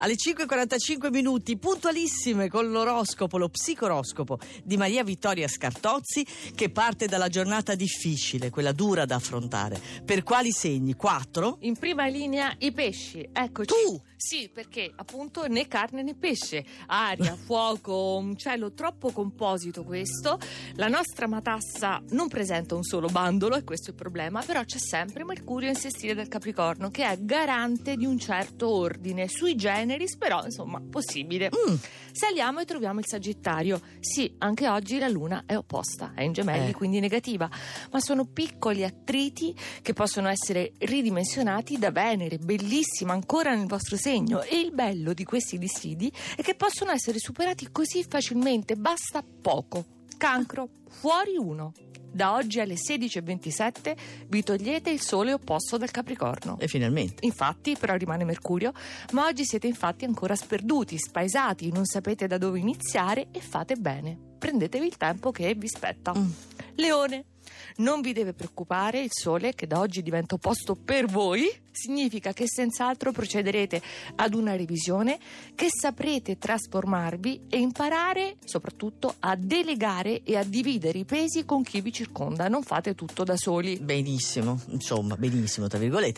Alle 5:45 puntualissime con l'oroscopo, lo psicoroscopo di Maria Vittoria Scartozzi, che parte dalla giornata difficile, quella dura da affrontare. Per quali segni? 4? In prima linea i pesci, eccoci. Tu? Sì, perché appunto né carne né pesce, aria, fuoco, un cielo troppo composito questo. La nostra matassa non presenta un solo bandolo e questo è il problema, però c'è sempre Mercurio in sestile del Capricorno, che è garante di un certo ordine, sui generis, però insomma possibile. Saliamo e troviamo il Sagittario. Sì, anche oggi la luna è opposta, è in Gemelli, quindi negativa, ma sono piccoli attriti che possono essere ridimensionati da Venere, bellissima ancora nel vostro segno, e il bello di questi dissidi è che possono essere superati così facilmente, basta poco. Cancro, fuori 1. Da oggi alle 16:27 vi togliete il sole opposto dal Capricorno. E finalmente. Infatti, però rimane Mercurio, ma oggi siete infatti ancora sperduti, spaesati, non sapete da dove iniziare e fate bene. Prendetevi il tempo che vi spetta. Leone, non vi deve preoccupare, il sole, che da oggi diventa opposto per voi, significa che senz'altro procederete ad una revisione, che saprete trasformarvi e imparare soprattutto a delegare e a dividere i pesi con chi vi circonda. Non fate tutto da soli. Benissimo, insomma, benissimo tra virgolette.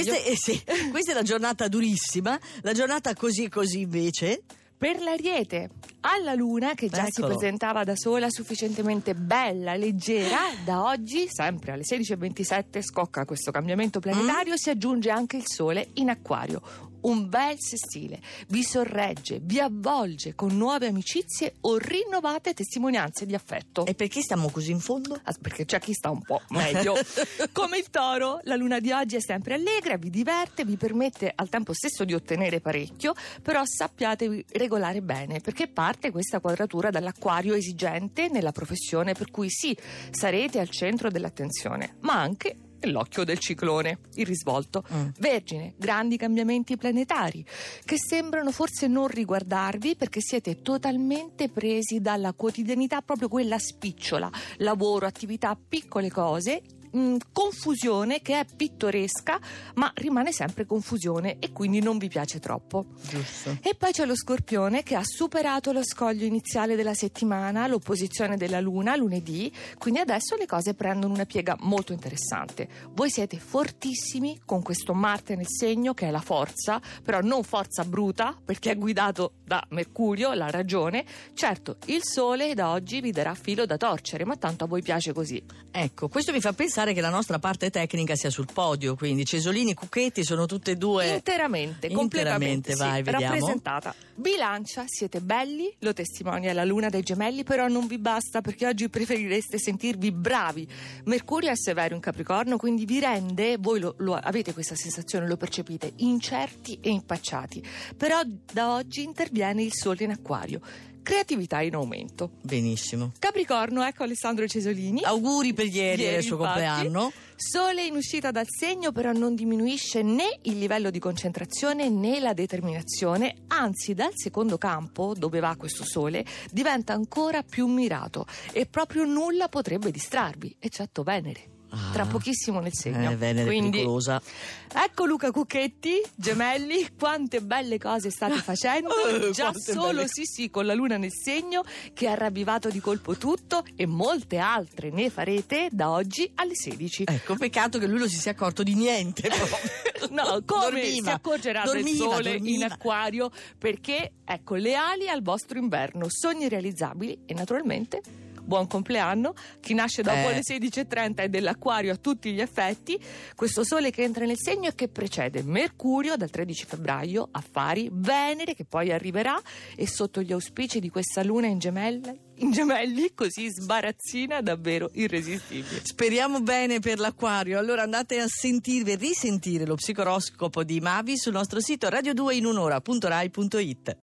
Questa è la giornata durissima, la giornata così invece. Per l'Ariete, alla luna, che già si presentava da sola sufficientemente bella, leggera, da oggi, sempre alle 16:27, scocca questo cambiamento planetario, si aggiunge anche il Sole in Acquario. Un bel sestile, vi sorregge, vi avvolge con nuove amicizie o rinnovate testimonianze di affetto. E perché stiamo così in fondo? Perché c'è chi sta un po' meglio. Come il Toro, la luna di oggi è sempre allegra, vi diverte, vi permette al tempo stesso di ottenere parecchio, però sappiatevi regolare bene, perché parte questa quadratura dall'Acquario esigente nella professione, per cui sì, sarete al centro dell'attenzione, ma anche l'occhio del ciclone, il risvolto. Vergine, grandi cambiamenti planetari che sembrano forse non riguardarvi perché siete totalmente presi dalla quotidianità, proprio quella spicciola, lavoro, attività, piccole cose, confusione che è pittoresca ma rimane sempre confusione e quindi non vi piace troppo. Giusto. E poi c'è lo Scorpione, che ha superato lo scoglio iniziale della settimana, l'opposizione della Luna lunedì, quindi adesso le cose prendono una piega molto interessante. Voi siete fortissimi con questo Marte nel segno, che è la forza, però non forza bruta, perché è guidato da Mercurio, la ragione. Certo, il Sole da oggi vi darà filo da torcere, ma tanto a voi piace così. Ecco, questo mi fa pensare che la nostra parte tecnica sia sul podio, quindi Cesolini e Cucchetti sono tutte e due completamente vai, vediamo. rappresentata. Bilancia, siete belli, lo testimonia la luna dei Gemelli, però non vi basta, perché oggi preferireste sentirvi bravi. Mercurio è severo in Capricorno, quindi vi rende, voi lo avete questa sensazione, lo percepite, incerti e impacciati, però da oggi interviene il Sole in Acquario. Creatività in aumento. Benissimo. Capricorno, ecco Alessandro Cesolini. Auguri per ieri del suo compleanno. Sole in uscita dal segno, però non diminuisce né il livello di concentrazione né la determinazione, anzi dal secondo campo, dove va questo Sole, diventa ancora più mirato e proprio nulla potrebbe distrarvi, eccetto Venere. Tra pochissimo nel segno. Venere pericolosa. Ecco Luca Cucchetti, Gemelli, quante belle cose state facendo. Già solo con la luna nel segno, che ha ravvivato di colpo tutto, e molte altre ne farete da oggi alle 16. Ecco, peccato che lui non si sia accorto di niente No, come dormiva, si accorgerà del Sole in Acquario, perché ecco le ali al vostro inverno, sogni realizzabili e naturalmente buon compleanno. Chi nasce dopo le 16:30 è dell'Acquario a tutti gli effetti. Questo Sole che entra nel segno e che precede Mercurio dal 13 febbraio, affari, Venere che poi arriverà, e sotto gli auspici di questa luna in Gemelli così sbarazzina, davvero irresistibile. Speriamo bene per l'Acquario. Allora andate a risentire lo psicoroscopo di Mavi sul nostro sito radio2inunora.rai.it.